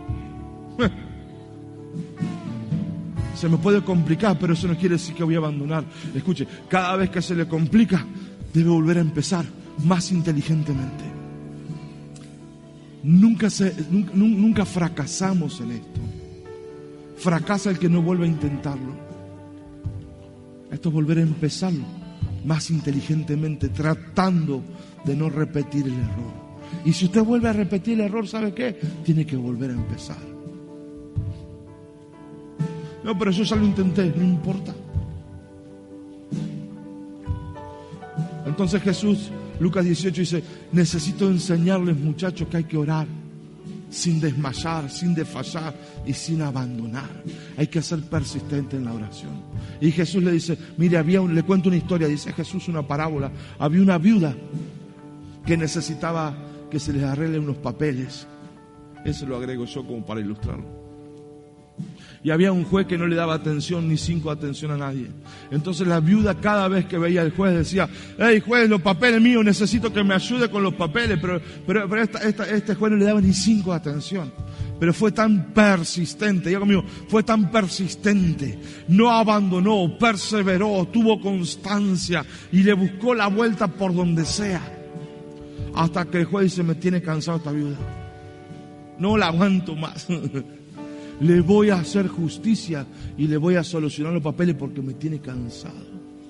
Se me puede complicar, pero eso no quiere decir que voy a abandonar. Escuche, cada vez que se le complica, debe volver a empezar más inteligentemente. Nunca fracasamos en esto. Fracasa el que no vuelve a intentarlo. Esto es volver a empezarlo más inteligentemente, tratando de no repetir el error. Y si usted vuelve a repetir el error, ¿sabe qué? Tiene que volver a empezar. No, pero yo ya lo intenté, no importa. Entonces Jesús, Lucas 18 dice, necesito enseñarles, muchachos, que hay que orar. sin desmayar, sin desfallar y sin abandonar. Hay que ser persistente en la oración. Y Jesús le dice, mire, le cuento una historia, dice Jesús una parábola. Había una viuda que necesitaba que se les arreglen unos papeles. Eso lo agrego yo como para ilustrarlo. Y había un juez que no le daba atención, ni 5 atención a nadie. Entonces la viuda, cada vez que veía al juez, decía, hey juez, los papeles míos, necesito que me ayude con los papeles. Pero este juez no le daba ni 5 atención. Pero fue tan persistente, diga conmigo, fue tan persistente. No abandonó, perseveró, tuvo constancia y le buscó la vuelta por donde sea. Hasta que el juez dice, me tiene cansado esta viuda. No la aguanto más. Le voy a hacer justicia y le voy a solucionar los papeles porque me tiene cansado.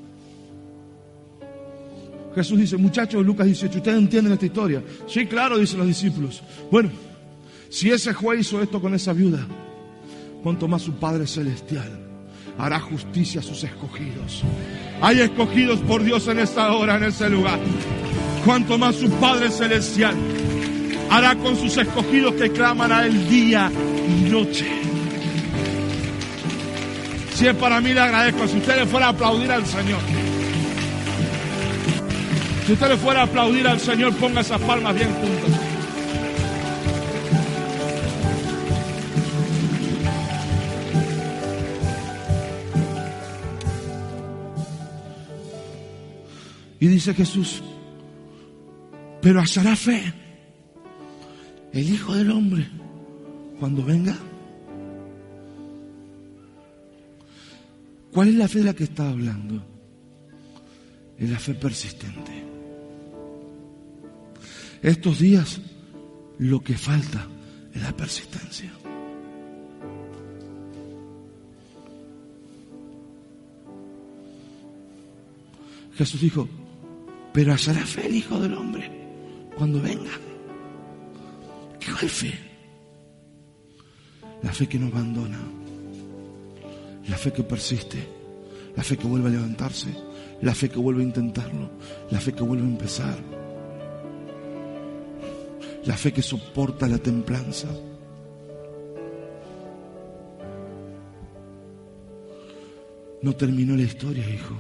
Jesús dice, muchachos, Lucas 18, ¿ustedes entienden esta historia? Sí, claro, dicen los discípulos. Bueno, si ese juez hizo esto con esa viuda, cuanto más su Padre Celestial hará justicia a sus escogidos. Hay escogidos por Dios en esta hora, en ese lugar. Cuanto más su Padre Celestial hará con sus escogidos que claman a Él día y noche. Si es para mí, le agradezco. Si usted le fuera a aplaudir al Señor, si usted le fuera a aplaudir al Señor, ponga esas palmas bien juntas. Y dice Jesús, pero hallará fe el Hijo del Hombre cuando venga. ¿Cuál es la fe de la que está hablando? Es la fe persistente. Estos días lo que falta es la persistencia. Jesús dijo, pero hallará fe el Hijo del Hombre cuando venga. ¿Qué fe? La fe que no abandona, la fe que persiste, la fe que vuelve a levantarse, la fe que vuelve a intentarlo, la fe que vuelve a empezar, la fe que soporta la templanza. No terminó la historia, hijo.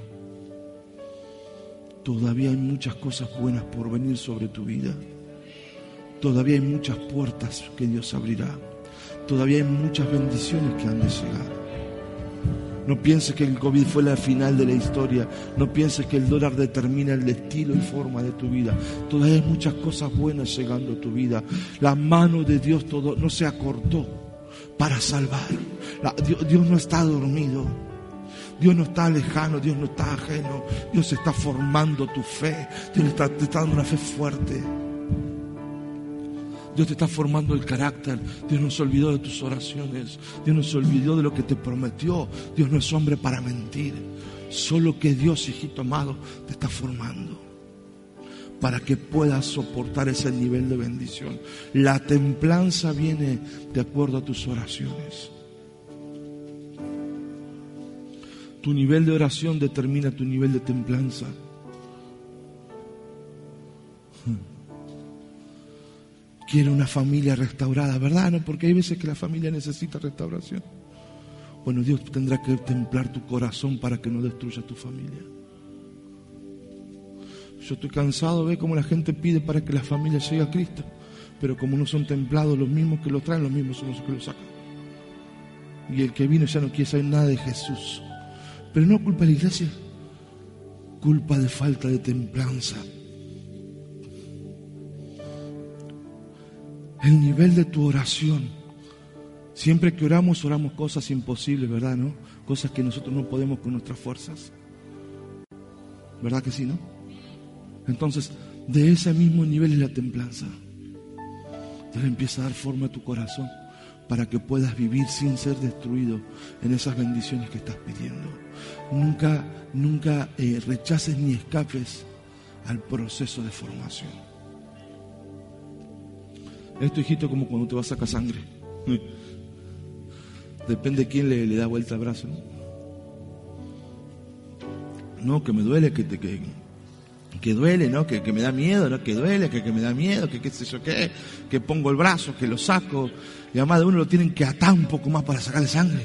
Todavía hay muchas cosas buenas por venir sobre tu vida. Todavía hay muchas puertas que Dios abrirá. Todavía hay muchas bendiciones que han de llegar. No pienses que el COVID fue la final de la historia. No pienses que el dólar determina el estilo y forma de tu vida. Todavía hay muchas cosas buenas llegando a tu vida. La mano de Dios todo no se acortó para salvar. Dios no está dormido. Dios no está lejano, Dios no está ajeno. Dios está formando tu fe. Dios te está dando una fe fuerte. Dios te está formando el carácter. Dios no se olvidó de tus oraciones. Dios no se olvidó de lo que te prometió. Dios no es hombre para mentir. Solo que Dios, hijito amado, te está formando para que puedas soportar ese nivel de bendición. La templanza viene de acuerdo a tus oraciones. Tu nivel de oración determina tu nivel de templanza. Quiere una familia restaurada, ¿verdad? No, porque hay veces que la familia necesita restauración. Bueno, Dios tendrá que templar tu corazón para que no destruya tu familia. Yo estoy cansado de ver cómo la gente pide para que la familia llegue a Cristo, pero como no son templados, los mismos que lo traen, los mismos son los que lo sacan. Y el que vino ya no quiere saber nada de Jesús. Pero no culpa de la iglesia, culpa de falta de templanza. El nivel de tu oración. Siempre que oramos cosas imposibles, ¿verdad? ¿No? Cosas que nosotros no podemos con nuestras fuerzas. ¿Verdad que sí, no? Entonces, de ese mismo nivel es la templanza. Dios empieza a dar forma a tu corazón para que puedas vivir sin ser destruido en esas bendiciones que estás pidiendo. Nunca rechaces ni escapes al proceso de formación. Esto, hijito, como cuando te vas a sacar sangre. Depende de quién le da vuelta al brazo, ¿no? No, que me duele, que que duele, ¿no? Que me da miedo, ¿no? Que duele, que me da miedo, que qué sé yo qué, que pongo el brazo, que lo saco, y además de uno lo tienen que atar un poco más para sacarle sangre.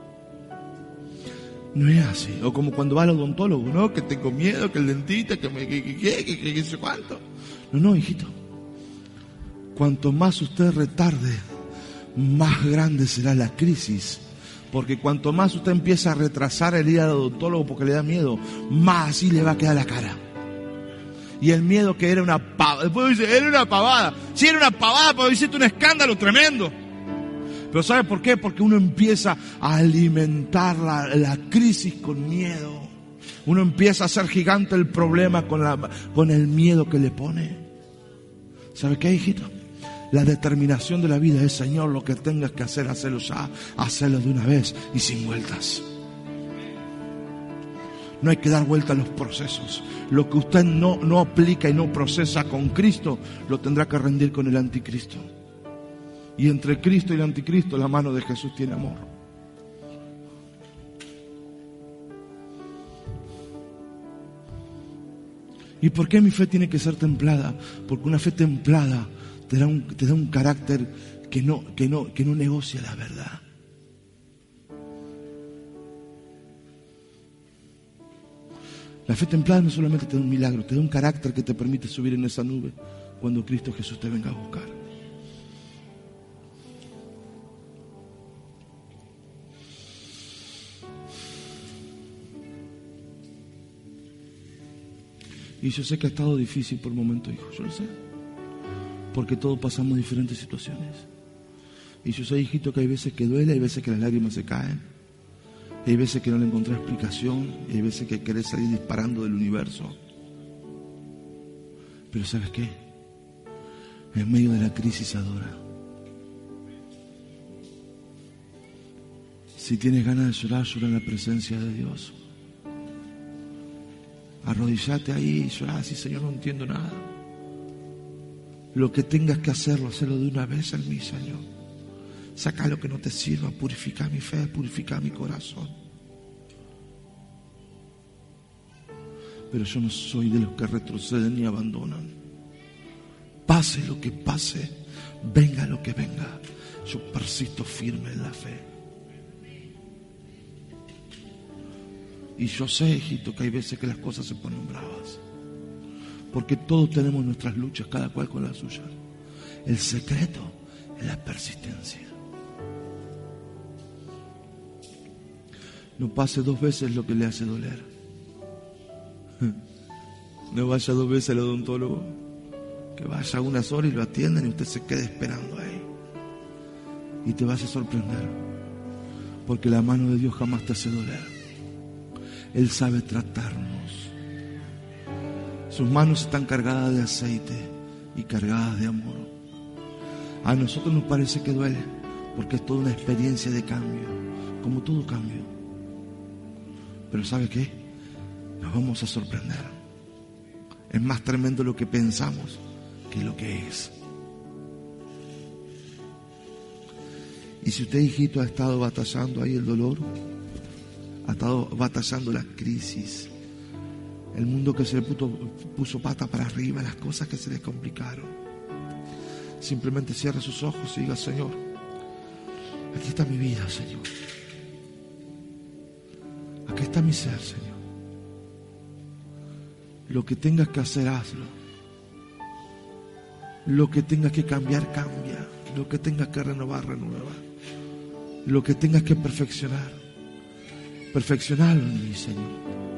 No es así. O como cuando va al odontólogo, ¿no? Que tengo miedo, que el dentista, que sé cuánto. No, hijito. Cuanto más usted retarde, más grande será la crisis. Porque cuanto más usted empieza a retrasar el ir al odontólogo porque le da miedo, más así le va a quedar la cara. Y el miedo que era una pavada. Después dice, era una pavada. Sí, era una pavada, pero hiciste un escándalo tremendo. Pero ¿sabe por qué? Porque uno empieza a alimentar la crisis con miedo. Uno empieza a hacer gigante el problema con el miedo que le pone. ¿Sabe qué, hijito? La determinación de la vida es, Señor, lo que tengas que hacer, hacerlo ya, hacerlo de una vez y sin vueltas. No hay que dar vuelta a los procesos. Lo que usted no aplica y no procesa con Cristo, lo tendrá que rendir con el anticristo. Y entre Cristo y el anticristo, la mano de Jesús tiene amor. ¿Y por qué mi fe tiene que ser templada? Porque una fe templada te da un carácter que no negocia la verdad. La fe templada no solamente te da un milagro, te da un carácter que te permite subir en esa nube cuando Cristo Jesús te venga a buscar. Y yo sé que ha estado difícil por momentos, hijo, yo lo sé. Porque todos pasamos diferentes situaciones. Y yo sé, hijito, que hay veces que duele, hay veces que las lágrimas se caen. Hay veces que no le encontré explicación. Y hay veces que querés salir disparando del universo. Pero ¿sabes qué? En medio de la crisis adora. Si tienes ganas de llorar, llora en la presencia de Dios. Arrodillate ahí y llorá así, Señor, no entiendo nada. Lo que tengas que hacerlo, hacerlo de una vez en mí, Señor. Saca lo que no te sirva, purifica mi fe, purifica mi corazón. Pero yo no soy de los que retroceden ni abandonan. Pase lo que pase, venga lo que venga, yo persisto firme en la fe. Y yo sé, hijito, que hay veces que las cosas se ponen bravas. Porque todos tenemos nuestras luchas, cada cual con la suya. El secreto es la persistencia. No pase 2 veces lo que le hace doler. No vaya 2 veces al odontólogo. Que vaya unas horas y lo atiendan y usted se quede esperando ahí. Y te vas a sorprender. Porque la mano de Dios jamás te hace doler. Él sabe tratarnos. Sus manos están cargadas de aceite y cargadas de amor. A nosotros nos parece que duele, porque es toda una experiencia de cambio, como todo cambio. Pero ¿sabe qué? Nos vamos a sorprender. Es más tremendo lo que pensamos que lo que es. Y si usted, hijito, ha estado batallando ahí el dolor, ha estado batallando la crisis, el mundo que se le puso pata para arriba, las cosas que se le complicaron, simplemente cierre sus ojos y diga: Señor, aquí está mi vida, Señor. Aquí está mi ser, Señor. Lo que tengas que hacer, hazlo. Lo que tengas que cambiar, cambia. Lo que tengas que renovar, renueva. Lo que tengas que perfeccionar, perfeccionarlo en mí, Señor.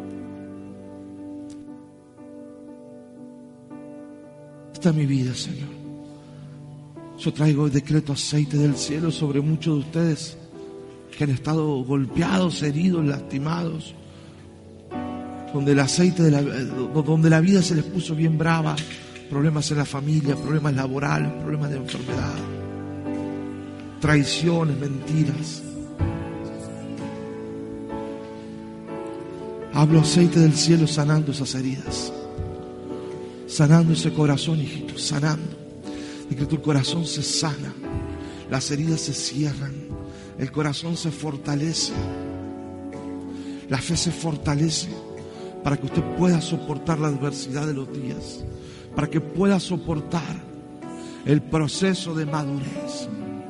Esta es mi vida, Señor. Yo traigo el decreto aceite del cielo sobre muchos de ustedes que han estado golpeados, heridos, lastimados, donde el aceite donde la vida se les puso bien brava, problemas en la familia, problemas laborales, problemas de enfermedad, traiciones, mentiras. Hablo aceite del cielo sanando esas heridas, sanando ese corazón, hijito, sanando. Decreto, el corazón se sana, las heridas se cierran, el corazón se fortalece, la fe se fortalece, para que usted pueda soportar la adversidad de los días, para que pueda soportar el proceso de madurez.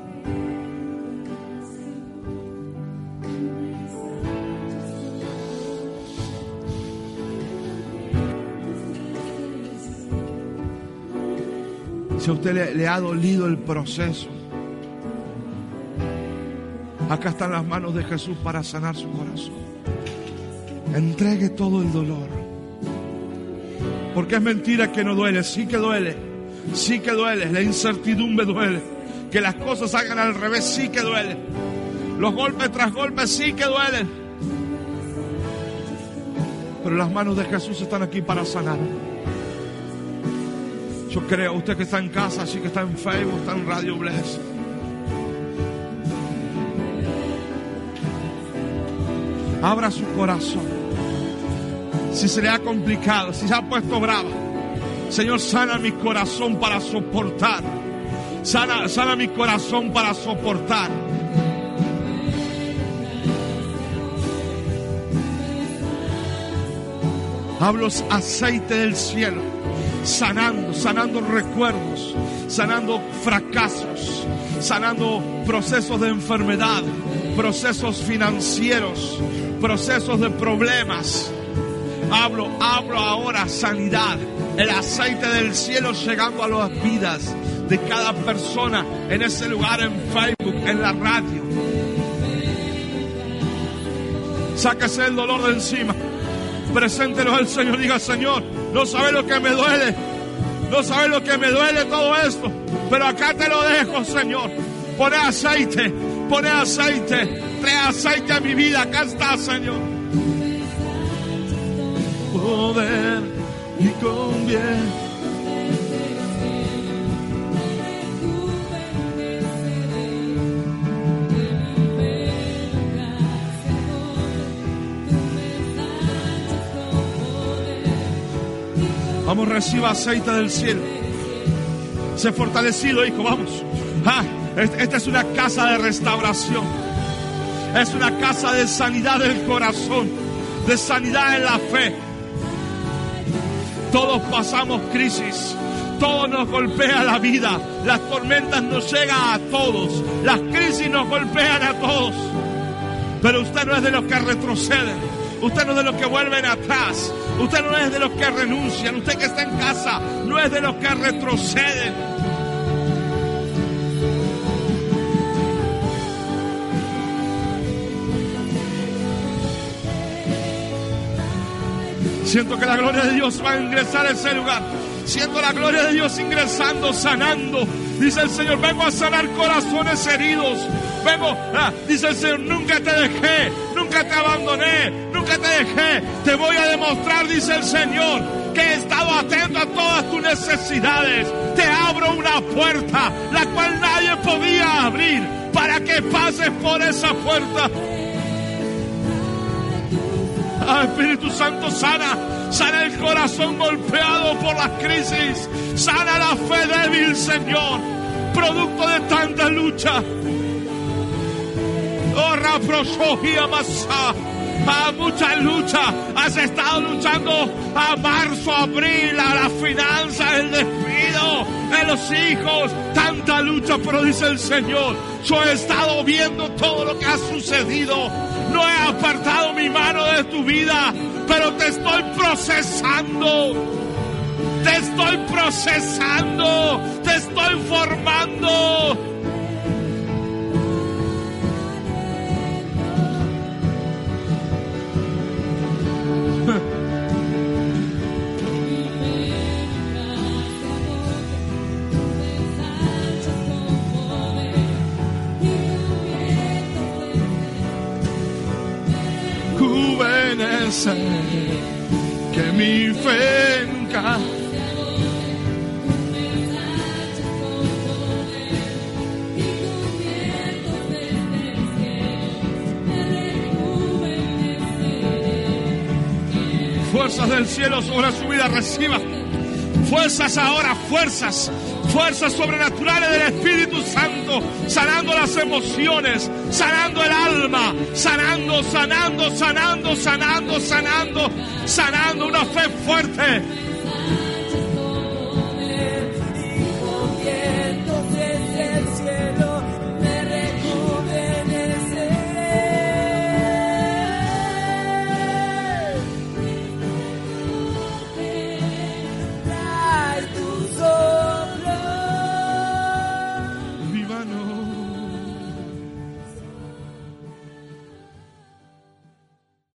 Si a usted le ha dolido el proceso, acá están las manos de Jesús para sanar su corazón. Entregue todo el dolor. Porque es mentira que no duele. Sí que duele. Sí que duele. La incertidumbre duele. Que las cosas hagan al revés, sí que duele. Los golpes tras golpes sí que duelen. Pero las manos de Jesús están aquí para sanar. Yo creo, usted que está en casa, así que está en Facebook, está en Radio Bless. Abra su corazón. Si se le ha complicado, si se ha puesto brava, Señor, sana mi corazón para soportar. Sana mi corazón para soportar. Hablo aceite del cielo, sanando recuerdos, sanando fracasos, sanando procesos de enfermedad, procesos financieros, procesos de problemas. Hablo ahora sanidad, el aceite del cielo llegando a las vidas de cada persona en ese lugar, en Facebook, en la radio. Sáquese el dolor de encima. Preséntelo al Señor. Diga: Señor, no sabes lo que me duele. No sabes lo que me duele todo esto. Pero acá te lo dejo, Señor. Pone aceite. Pone aceite. Trae aceite a mi vida. Acá está, Señor. Poder y con bien. Vamos, reciba aceite del cielo. Sé fortalecido, hijo, vamos. Esta es una casa de restauración. Es una casa de sanidad del corazón, de sanidad en la fe. Todos pasamos crisis. Todo nos golpea la vida. Las tormentas nos llegan a todos. Las crisis nos golpean a todos. Pero usted no es de los que retroceden. Usted no es de los que vuelven atrás. Usted no es de los que renuncian. Usted que está en casa no es de los que retroceden. Siento que la gloria de Dios va a ingresar a ese lugar. Siento la gloria de Dios ingresando, sanando. Dice el Señor: vengo a sanar corazones heridos. Vengo, dice el Señor: nunca te dejé, nunca te abandoné, nunca te dejé. Te voy a demostrar, dice el Señor, que he estado atento a todas tus necesidades. Te abro una puerta, la cual nadie podía abrir, para que pases por esa puerta. Espíritu Santo, sana el corazón golpeado por las crisis. Sana la fe débil, Señor, producto de tanta lucha. Mucha lucha. Has estado luchando a marzo, abril, a las finanzas, el despido de los hijos. Tanta lucha, pero dice el Señor: yo he estado viendo todo lo que ha sucedido. No he apartado mi mano de tu vida, pero te estoy procesando. Te estoy procesando. Te estoy formando. Que mi fe nunca fuerzas del cielo sobre su vida. Reciba Fuerzas ahora, fuerzas sobrenaturales del Espíritu Santo, sanando las emociones, sanando el alma, sanando una fe fuerte,